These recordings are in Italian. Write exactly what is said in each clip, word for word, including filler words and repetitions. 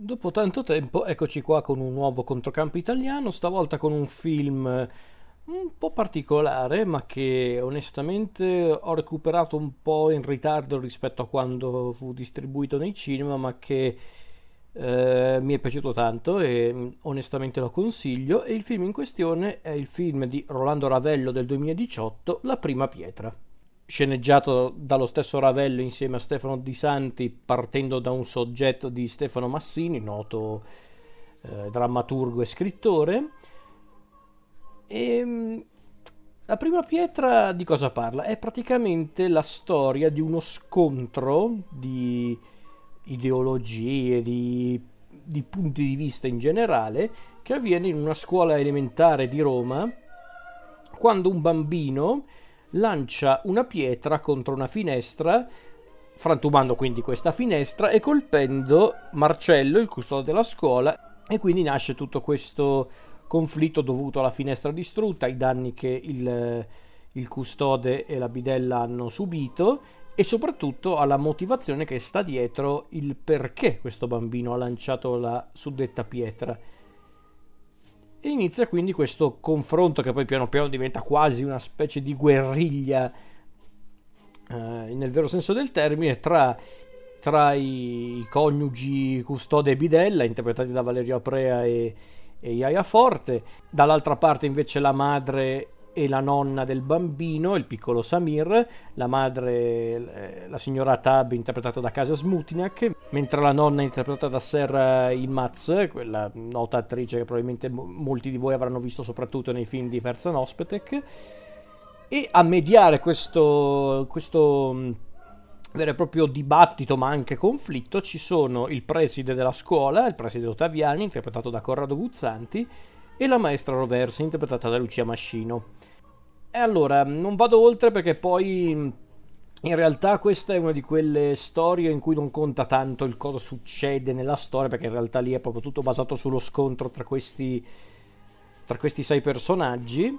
Dopo tanto tempo, eccoci qua con un nuovo controcampo italiano, stavolta con un film un po' particolare, ma che onestamente ho recuperato un po' in ritardo rispetto a quando fu distribuito nei cinema, ma che eh, mi è piaciuto tanto e mm, onestamente lo consiglio. E il film in questione è il film di Rolando Ravello del duemiladiciotto, La prima pietra, sceneggiato dallo stesso Ravello insieme a Stefano Di Santi, partendo da un soggetto di Stefano Massini, noto eh, drammaturgo e scrittore. E mh, la prima pietra di cosa parla? È praticamente la storia di uno scontro di ideologie, di, di punti di vista in generale, che avviene in una scuola elementare di Roma, quando un bambino lancia una pietra contro una finestra, frantumando quindi questa finestra e colpendo Marcello, il custode della scuola, e quindi nasce tutto questo conflitto dovuto alla finestra distrutta, ai danni che il, il custode e la bidella hanno subito, e soprattutto alla motivazione che sta dietro il perché questo bambino ha lanciato la suddetta pietra. E inizia quindi questo confronto che poi piano piano diventa quasi una specie di guerriglia, eh, nel vero senso del termine, tra, tra i, i coniugi Custode e Bidella, interpretati da Valerio Aprea e, e Iaia Forte. Dall'altra parte invece la madre e la nonna del bambino, il piccolo Samir, la madre, eh, la signora Tab, interpretata da Kasia Smutinak, mentre la nonna è interpretata da Serra Yilmaz, quella nota attrice che probabilmente mo- molti di voi avranno visto soprattutto nei film di Ferzan Özpetek. E a mediare questo, questo mh, vero e proprio dibattito, ma anche conflitto, ci sono il preside della scuola, il preside Ottaviani, interpretato da Corrado Guzzanti, e la maestra Roversi, interpretata da Lucia Mascino. E allora, non vado oltre perché poi in realtà questa è una di quelle storie in cui non conta tanto il cosa succede nella storia, perché in realtà lì è proprio tutto basato sullo scontro tra questi, tra questi sei personaggi,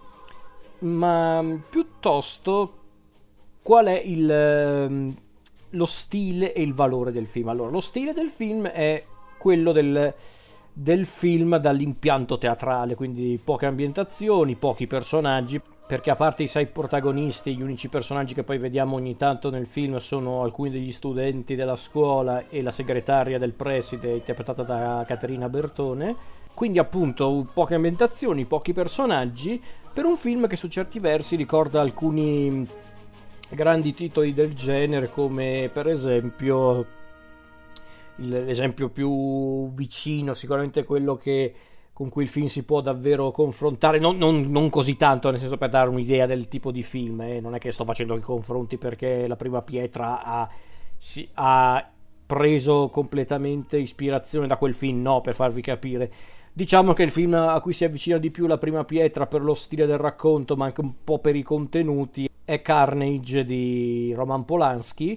ma piuttosto qual è il, lo stile e il valore del film. Allora, lo stile del film è quello del del film dall'impianto teatrale, quindi poche ambientazioni, pochi personaggi, perché a parte i sei protagonisti, gli unici personaggi che poi vediamo ogni tanto nel film sono alcuni degli studenti della scuola e la segretaria del preside, interpretata da Caterina Bertone. Quindi appunto poche ambientazioni, pochi personaggi, per un film che su certi versi ricorda alcuni grandi titoli del genere, come per esempio l'esempio più vicino, sicuramente quello che, con cui il film si può davvero confrontare, non, non, non così tanto, nel senso, per dare un'idea del tipo di film, eh. Non è che sto facendo i confronti perché La prima pietra ha, si, ha preso completamente ispirazione da quel film, no, per farvi capire. Diciamo che il film a cui si avvicina di più La prima pietra per lo stile del racconto, ma anche un po' per i contenuti, è Carnage di Roman Polanski.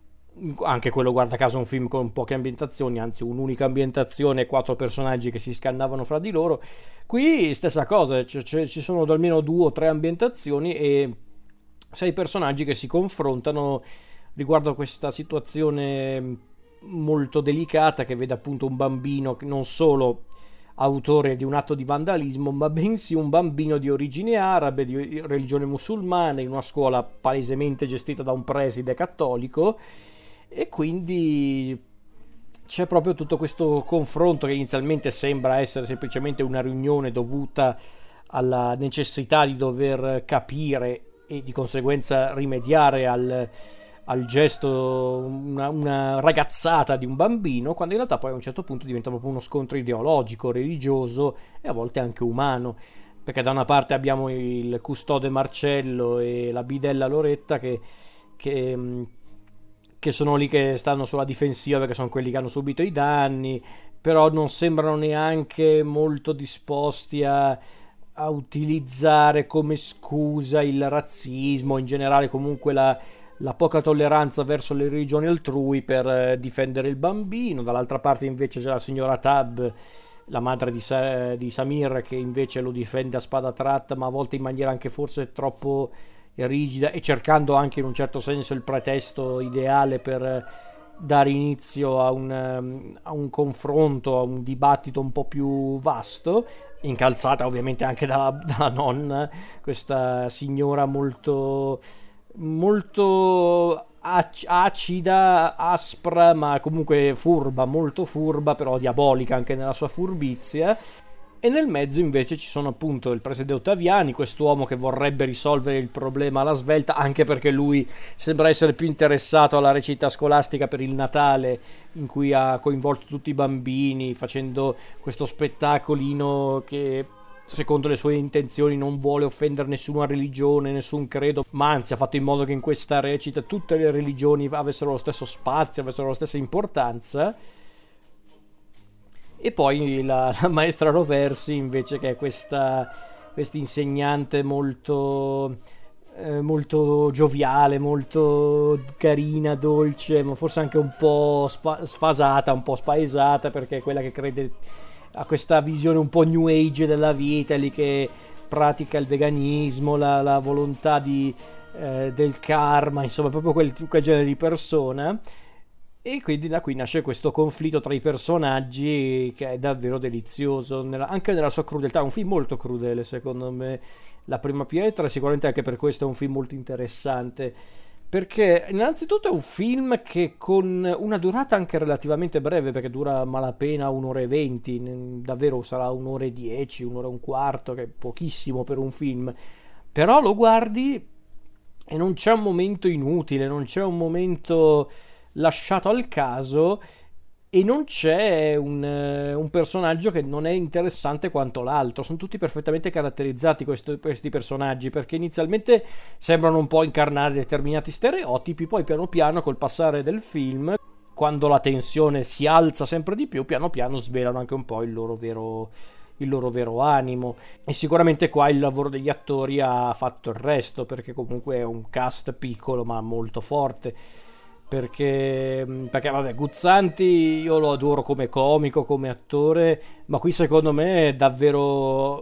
Anche quello, guarda caso, un film con poche ambientazioni, anzi un'unica ambientazione e quattro personaggi che si scannavano fra di loro. Qui stessa cosa, c- c- ci sono almeno due o tre ambientazioni e sei personaggi che si confrontano riguardo a questa situazione molto delicata, che vede appunto un bambino che non solo autore di un atto di vandalismo, ma bensì un bambino di origini arabe, di religione musulmana, in una scuola palesemente gestita da un preside cattolico. E quindi c'è proprio tutto questo confronto che inizialmente sembra essere semplicemente una riunione dovuta alla necessità di dover capire e di conseguenza rimediare al, al gesto, una, una ragazzata di un bambino, quando in realtà poi a un certo punto diventa proprio uno scontro ideologico, religioso e a volte anche umano, perché da una parte abbiamo il custode Marcello e la bidella Loretta che, che che sono lì che stanno sulla difensiva perché sono quelli che hanno subito i danni, però non sembrano neanche molto disposti a, a utilizzare come scusa il razzismo, in generale comunque la, la poca tolleranza verso le religioni altrui per eh, difendere il bambino. Dall'altra parte invece c'è la signora Tab, la madre di, Sa- di Samir, che invece lo difende a spada tratta, ma a volte in maniera anche forse troppo rigida, e cercando anche in un certo senso il pretesto ideale per dare inizio a un, ehm, a un confronto, a un dibattito un po' più vasto, incalzata ovviamente anche dalla, dalla nonna, questa signora molto, molto ac- acida, aspra, ma comunque furba, molto furba, però diabolica anche nella sua furbizia. E nel mezzo invece ci sono appunto il preside Ottaviani, quest'uomo che vorrebbe risolvere il problema alla svelta, anche perché lui sembra essere più interessato alla recita scolastica per il Natale, in cui ha coinvolto tutti i bambini, facendo questo spettacolino che secondo le sue intenzioni non vuole offendere nessuna religione, nessun credo, ma anzi ha fatto in modo che in questa recita tutte le religioni avessero lo stesso spazio, avessero la stessa importanza. E poi la, la maestra Roversi invece, che è questa insegnante molto, eh, molto gioviale, molto carina, dolce, ma forse anche un po' spa- sfasata, un po' spaesata, perché è quella che crede a questa visione un po' new age della vita, lì che pratica il veganismo, la, la volontà di, eh, del karma, insomma proprio quel, quel genere di persona. E quindi da qui nasce questo conflitto tra i personaggi che è davvero delizioso, nella- anche nella sua crudeltà. È un film molto crudele, secondo me. La prima pietra, e sicuramente anche per questo è un film molto interessante. Perché innanzitutto è un film che con una durata anche relativamente breve, perché dura a malapena un'ora e venti, n- davvero sarà un'ora e dieci, un'ora e un quarto, che è pochissimo per un film. Però lo guardi e non c'è un momento inutile, non c'è un momento lasciato al caso, e non c'è un, eh, un personaggio che non è interessante quanto l'altro. Sono tutti perfettamente caratterizzati questo- questi personaggi, perché inizialmente sembrano un po' incarnare determinati stereotipi, poi piano piano col passare del film, quando la tensione si alza sempre di più, piano piano svelano anche un po' il loro vero il loro vero animo. E sicuramente qua il lavoro degli attori ha fatto il resto, perché comunque è un cast piccolo ma molto forte. Perché, perché vabbè, Guzzanti io lo adoro come comico, come attore, ma qui secondo me è davvero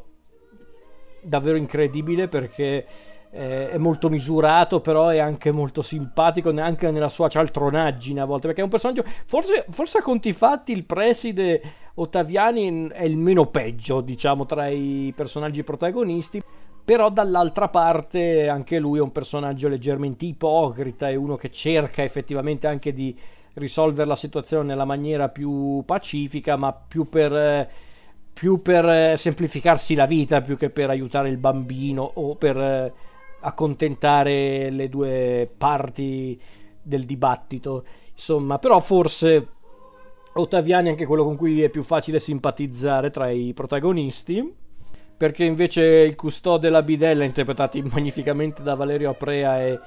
davvero incredibile, perché eh, è molto misurato, però è anche molto simpatico, anche nella sua cialtronaggine a volte, perché è un personaggio, forse, forse a conti fatti il preside Ottaviani è il meno peggio, diciamo, tra i personaggi protagonisti. Però dall'altra parte anche lui è un personaggio leggermente ipocrita, è uno che cerca effettivamente anche di risolvere la situazione nella maniera più pacifica, ma più per, eh, più per eh, semplificarsi la vita, più che per aiutare il bambino o per eh, accontentare le due parti del dibattito. Insomma, però forse Ottaviani è anche quello con cui è più facile simpatizzare tra i protagonisti, perché invece il custode e la bidella, interpretati magnificamente da Valerio Aprea e,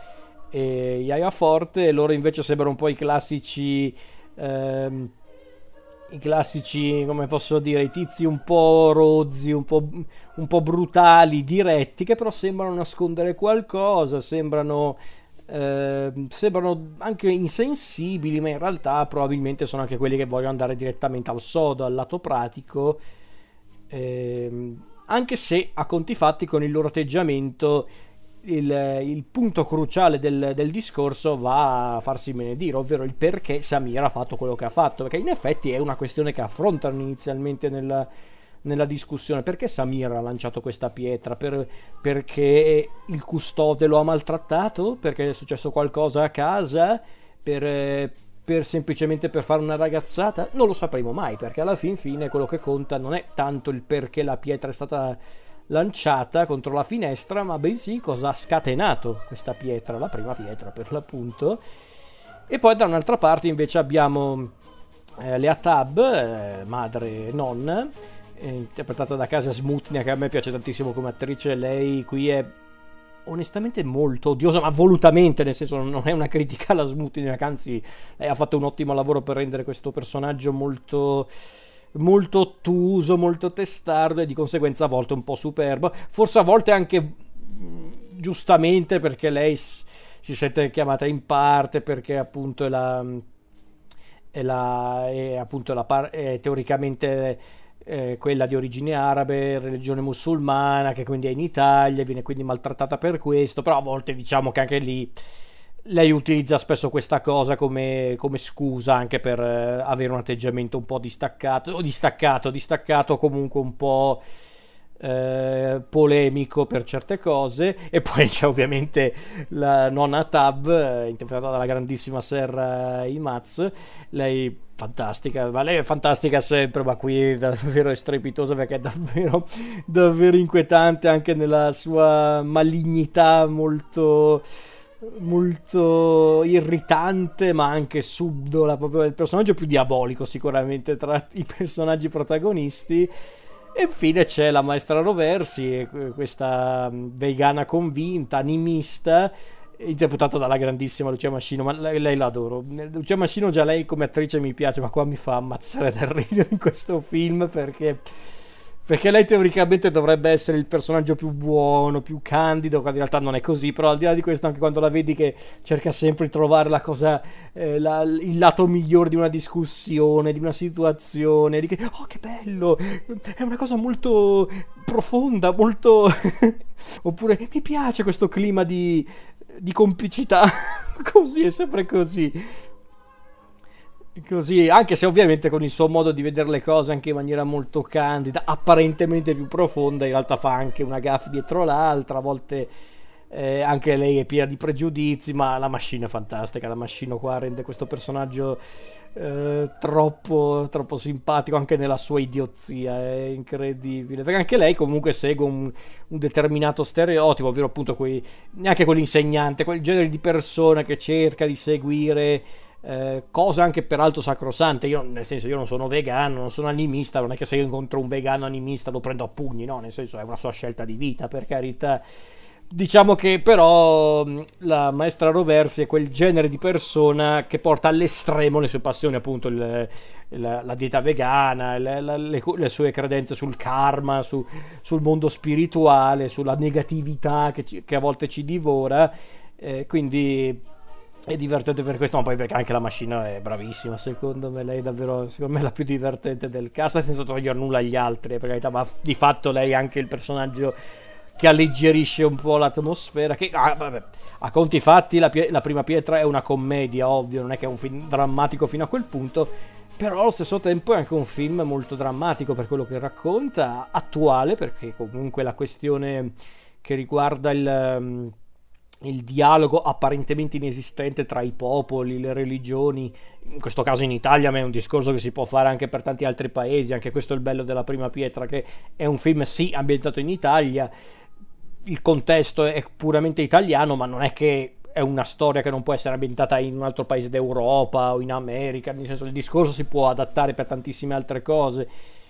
e Yaya Forte, loro invece sembrano un po' i classici ehm, i classici, come posso dire, i tizi un po' rozzi, un po', un po' brutali, diretti, che però sembrano nascondere qualcosa, sembrano eh, sembrano anche insensibili, ma in realtà probabilmente sono anche quelli che vogliono andare direttamente al sodo, al lato pratico. Ehm, anche se a conti fatti con il loro atteggiamento il, il punto cruciale del, del discorso va a farsi benedire, ovvero il perché Samir ha fatto quello che ha fatto, perché in effetti è una questione che affrontano inizialmente nella, nella discussione. Perché Samir ha lanciato questa pietra? Per, perché il custode lo ha maltrattato? Perché è successo qualcosa a casa? Per, per semplicemente per fare una ragazzata? Non lo sapremo mai, perché alla fin fine quello che conta non è tanto il perché la pietra è stata lanciata contro la finestra, ma bensì cosa ha scatenato questa pietra, la prima pietra per l'appunto. E poi da un'altra parte invece abbiamo eh, Lea Tab, eh, madre e nonna, eh, interpretata da Kasia Smutnia, che a me piace tantissimo come attrice. Lei qui è onestamente molto odiosa, ma volutamente, nel senso non è una critica alla Smutniak, anzi lei ha fatto un ottimo lavoro per rendere questo personaggio molto molto ottuso, molto testardo, e di conseguenza a volte un po' superbo, forse a volte anche mh, giustamente, perché lei s- si sente chiamata in parte, perché appunto è la è, la, è appunto la par- è teoricamente eh, quella di origine arabe, religione musulmana, che quindi è in Italia, viene quindi maltrattata per questo. Però a volte diciamo che anche lì lei utilizza spesso questa cosa come, come scusa anche per eh, avere un atteggiamento un po' distaccato, o distaccato, distaccato comunque un po' eh, polemico per certe cose. E poi c'è ovviamente la nonna Tab, eh, interpretata dalla grandissima Serra Imaz. Lei fantastica, ma lei è fantastica sempre, ma qui è davvero strepitosa perché è davvero, davvero inquietante anche nella sua malignità molto molto irritante, ma anche subdola, proprio il personaggio più diabolico sicuramente tra i personaggi protagonisti. E infine c'è la maestra Roversi, questa vegana convinta, animista, interpretata dalla grandissima Lucia Mascino. Ma lei, lei l'adoro. Lucia Mascino già lei come attrice mi piace, ma qua mi fa ammazzare dal ridere in questo film perché perché lei teoricamente dovrebbe essere il personaggio più buono, più candido, quando in realtà non è così. Però al di là di questo, anche quando la vedi che cerca sempre di trovare la cosa, eh, la- il lato migliore di una discussione, di una situazione, di che, oh che bello, è una cosa molto profonda, molto... Oppure mi piace questo clima di, di complicità, così, è sempre così. Così, anche se ovviamente con il suo modo di vedere le cose anche in maniera molto candida, apparentemente più profonda, in realtà fa anche una gaffe dietro l'altra, a volte eh, anche lei è piena di pregiudizi, ma la Machine è fantastica, la Machine qua rende questo personaggio eh, troppo, troppo simpatico anche nella sua idiozia, è incredibile, perché anche lei comunque segue un, un determinato stereotipo, ovvero appunto quei, neanche quell'insegnante, quel genere di persona che cerca di seguire eh, cosa anche peraltro sacrosante. Io, nel senso, io non sono vegano, non sono animista, non è che se io incontro un vegano animista lo prendo a pugni, no, nel senso è una sua scelta di vita, per carità. Diciamo che però mh, la maestra Roversi è quel genere di persona che porta all'estremo le sue passioni, appunto il- la, la dieta vegana, le, la- le co- le sue credenze sul karma, su- sul mondo spirituale, sulla negatività che, ci- che a volte ci divora. Eh, quindi è divertente per questo, ma poi perché anche la Machine è bravissima, secondo me lei è davvero, secondo me, la più divertente del cast, senza togliere nulla agli altri, per carità, ma di fatto lei è anche il personaggio che alleggerisce un po' l'atmosfera, che ah, vabbè, a conti fatti la, pie- la prima pietra è una commedia, ovvio, non è che è un film drammatico fino a quel punto, però allo stesso tempo è anche un film molto drammatico per quello che racconta, attuale, perché comunque la questione che riguarda il, um, il dialogo apparentemente inesistente tra i popoli, le religioni, in questo caso in Italia, ma è un discorso che si può fare anche per tanti altri paesi, anche questo è il bello della prima pietra, che è un film sì ambientato in Italia, il contesto è puramente italiano, ma non è che è una storia che non può essere ambientata in un altro paese d'Europa o in America, nel senso il discorso si può adattare per tantissime altre cose.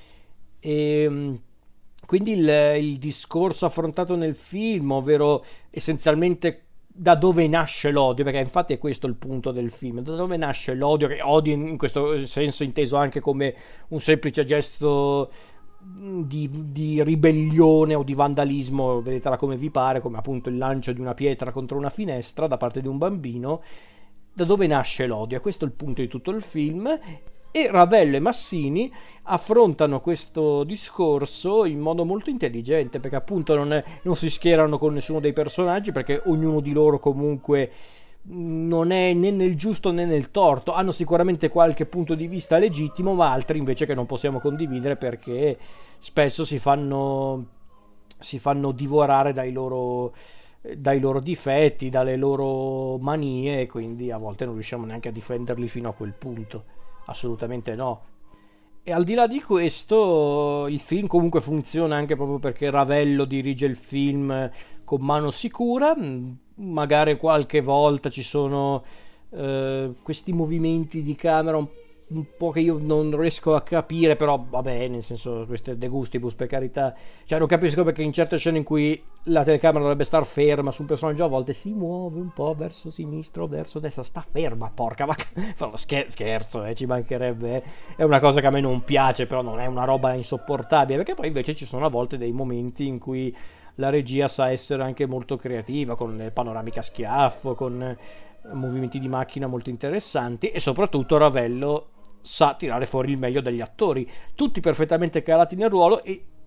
E quindi il, il discorso affrontato nel film, ovvero essenzialmente da dove nasce l'odio, perché infatti è questo il punto del film, da dove nasce l'odio, che odio in questo senso inteso anche come un semplice gesto di, di ribellione o di vandalismo, vedetela come vi pare, come appunto il lancio di una pietra contro una finestra da parte di un bambino. Da dove nasce l'odio? E questo è il punto di tutto il film. E Ravello e Massini affrontano questo discorso in modo molto intelligente, perché appunto non, è- non si schierano con nessuno dei personaggi, perché ognuno di loro comunque non è né nel giusto né nel torto, hanno sicuramente qualche punto di vista legittimo, ma altri invece che non possiamo condividere perché spesso si fanno, si fanno divorare dai loro, dai loro difetti, dalle loro manie, e quindi a volte non riusciamo neanche a difenderli fino a quel punto. Assolutamente no. E al di là di questo, il film comunque funziona anche proprio perché Ravello dirige il film con mano sicura. Mm, magari qualche volta ci sono eh, questi movimenti di camera un, un po' che io non riesco a capire, però vabbè, nel senso, questo è de gustibus, per carità. Cioè non capisco perché in certe scene in cui la telecamera dovrebbe star ferma su un personaggio, a volte si muove un po' verso sinistra o verso destra, sta ferma, porca vacca. Fa scher- scherzo, eh, ci mancherebbe, eh. È una cosa che a me non piace, però non è una roba insopportabile, perché poi invece ci sono a volte dei momenti in cui la regia sa essere anche molto creativa, con le panoramiche a schiaffo, con eh, movimenti di macchina molto interessanti, e soprattutto Ravello sa tirare fuori il meglio degli attori, tutti perfettamente calati nel ruolo, e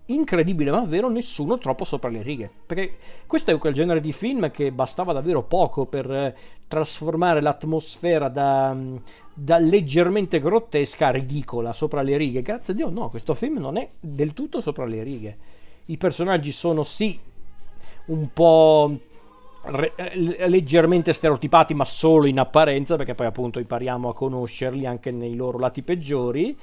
incredibile ma vero, nessuno troppo sopra le righe, perché questo è quel genere di film che bastava davvero poco per eh, trasformare l'atmosfera da, da leggermente grottesca a ridicola, sopra le righe. Grazie a Dio no, questo film non è del tutto sopra le righe. I personaggi sono sì un po' re- leggermente stereotipati, ma solo in apparenza, perché poi appunto impariamo a conoscerli anche nei loro lati peggiori.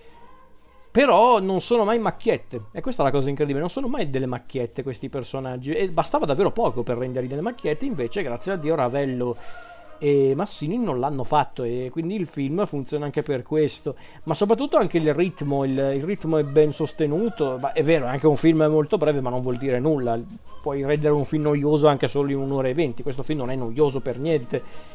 Però non sono mai macchiette, e questa è la cosa incredibile, non sono mai delle macchiette questi personaggi, e bastava davvero poco per renderli delle macchiette. Invece grazie a Dio Ravello e Massini non l'hanno fatto, e quindi il film funziona anche per questo. Ma soprattutto anche il ritmo, il, il ritmo è ben sostenuto. Bah, è vero, è anche un film molto breve, ma non vuol dire nulla. Puoi rendere un film noioso anche solo in un'ora e venti, questo film non è noioso per niente.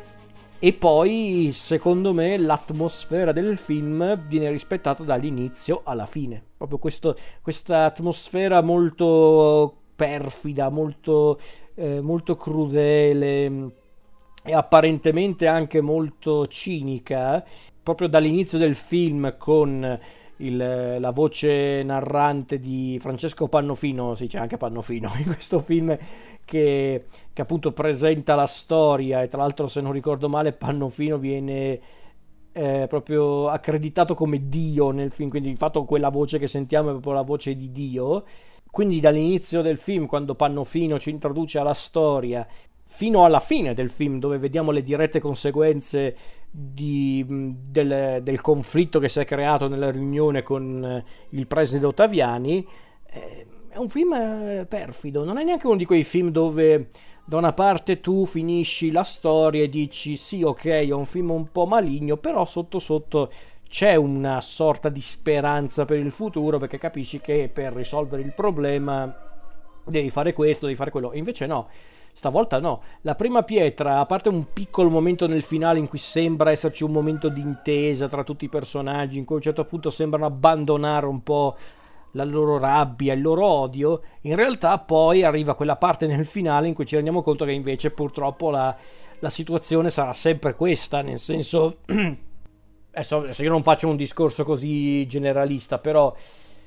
E poi, secondo me, l'atmosfera del film viene rispettata dall'inizio alla fine. Proprio questo, questa atmosfera molto perfida, molto, eh, molto crudele e apparentemente anche molto cinica. Proprio dall'inizio del film, con il- la voce narrante di Francesco Pannofino, si dice anche Pannofino in questo film, che, che appunto presenta la storia. E tra l'altro, se non ricordo male, Pannofino viene eh, proprio accreditato come Dio nel film, quindi di fatto quella voce che sentiamo è proprio la voce di Dio. Quindi dall'inizio del film, quando Pannofino ci introduce alla storia, fino alla fine del film, dove vediamo le dirette conseguenze di- del, del conflitto che si è creato nella riunione con eh, il preside Ottaviani. eh, è un film eh, perfido, non è neanche uno di quei film dove da una parte tu finisci la storia e dici sì, ok, è un film un po' maligno, però sotto sotto c'è una sorta di speranza per il futuro, perché capisci che per risolvere il problema devi fare questo, devi fare quello. E invece no, stavolta no. La prima pietra, a parte un piccolo momento nel finale in cui sembra esserci un momento di intesa tra tutti i personaggi, in cui a un certo punto sembrano abbandonare un po' la loro rabbia, il loro odio, in realtà poi arriva quella parte nel finale in cui ci rendiamo conto che invece purtroppo la, la situazione sarà sempre questa, nel senso... Adesso, adesso io non faccio un discorso così generalista, però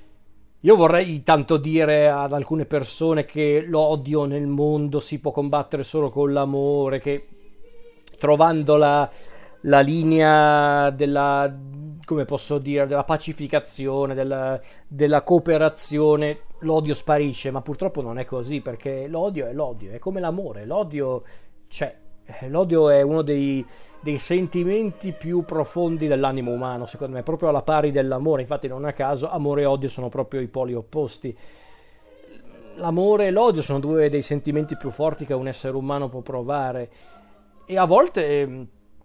io vorrei tanto dire ad alcune persone che l'odio nel mondo si può combattere solo con l'amore, che trovando la, la linea della, come posso dire, della pacificazione, della, della cooperazione, l'odio sparisce. Ma purtroppo non è così, perché l'odio è l'odio, è come l'amore, l'odio c'è. Eh, L'odio è uno dei, dei sentimenti più profondi dell'animo umano, secondo me, proprio alla pari dell'amore. Infatti, non a caso, amore e odio sono proprio i poli opposti. L'amore e l'odio sono due dei sentimenti più forti che un essere umano può provare, e a volte eh,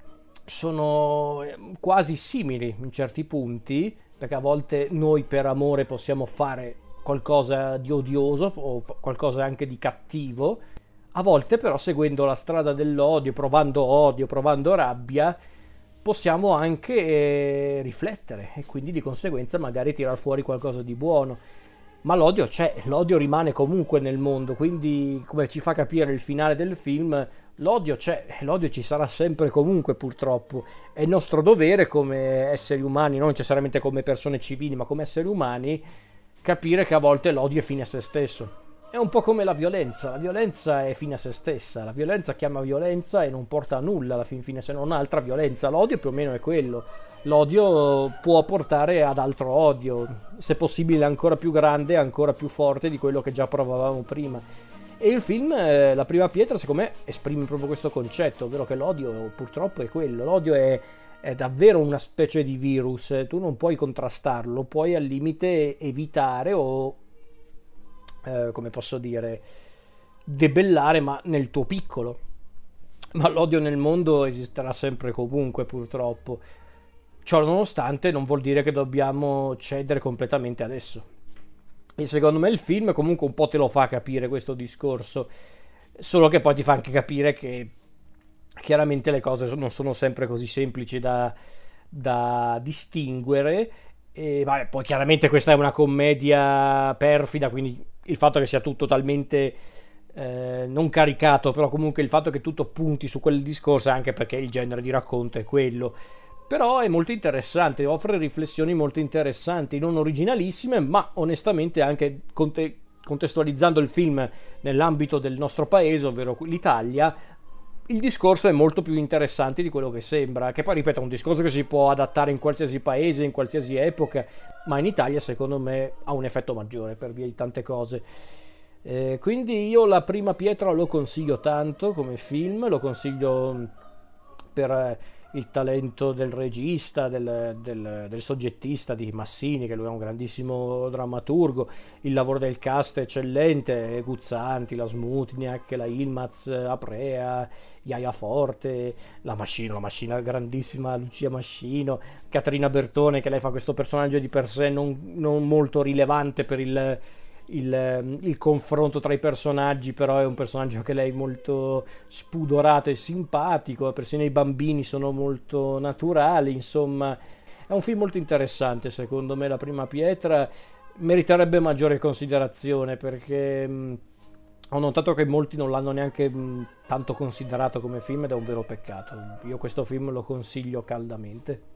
sono eh, quasi simili in certi punti, perché a volte noi per amore possiamo fare qualcosa di odioso o f- qualcosa anche di cattivo. A volte però, seguendo la strada dell'odio, provando odio, provando rabbia, possiamo anche eh, riflettere, e quindi di conseguenza magari tirar fuori qualcosa di buono. Ma l'odio c'è, l'odio rimane comunque nel mondo, quindi, come ci fa capire il finale del film, l'odio c'è, l'odio ci sarà sempre comunque, purtroppo. È il nostro dovere come esseri umani, non necessariamente come persone civili, ma come esseri umani, capire che a volte l'odio è fine a se stesso. È un po' come la violenza, la violenza è fine a se stessa, la violenza chiama violenza e non porta a nulla alla fin fine, se non altra violenza. L'odio più o meno è quello, l'odio può portare ad altro odio, se possibile ancora più grande, ancora più forte di quello che già provavamo prima. E il film, eh, La prima pietra, secondo me esprime proprio questo concetto, ovvero che l'odio purtroppo è quello, l'odio è, è davvero una specie di virus, tu non puoi contrastarlo, puoi al limite evitare o... Eh, come posso dire, debellare, ma nel tuo piccolo. Ma l'odio nel mondo esisterà sempre e comunque, purtroppo. Ciò nonostante non vuol dire che dobbiamo cedere completamente adesso. E secondo me il film comunque un po' te lo fa capire questo discorso, solo che poi ti fa anche capire che chiaramente le cose non sono sempre così semplici da, da distinguere. E vabbè, poi chiaramente questa è una commedia perfida, quindi il fatto che sia tutto talmente eh, non caricato, però comunque il fatto che tutto punti su quel discorso è anche perché il genere di racconto è quello. Però è molto interessante, offre riflessioni molto interessanti, non originalissime, ma onestamente anche conte- contestualizzando il film nell'ambito del nostro paese, ovvero l'Italia, il discorso è molto più interessante di quello che sembra, che poi ripeto è un discorso che si può adattare in qualsiasi paese, in qualsiasi epoca, ma in Italia secondo me ha un effetto maggiore per via di tante cose. Eh, quindi io La prima pietra lo consiglio tanto come film, lo consiglio per eh, il talento del regista, del, del- del soggettista di Massini, che lui è un grandissimo drammaturgo, il lavoro del cast è eccellente, Guzzanti, la Smutniak, la Ilmaz, Aprea, Iaia Forte, la Mascino, la Mascina grandissima, Lucia Mascino, Caterina Bertone, che lei fa questo personaggio di per sé non, non molto rilevante per il il, il confronto tra i personaggi, però è un personaggio che lei è molto spudorato e simpatico, persino i bambini sono molto naturali, insomma è un film molto interessante secondo me. La prima pietra meriterebbe maggiore considerazione perché mh, ho notato che molti non l'hanno neanche mh, tanto considerato come film ed è un vero peccato. Io questo film lo consiglio caldamente.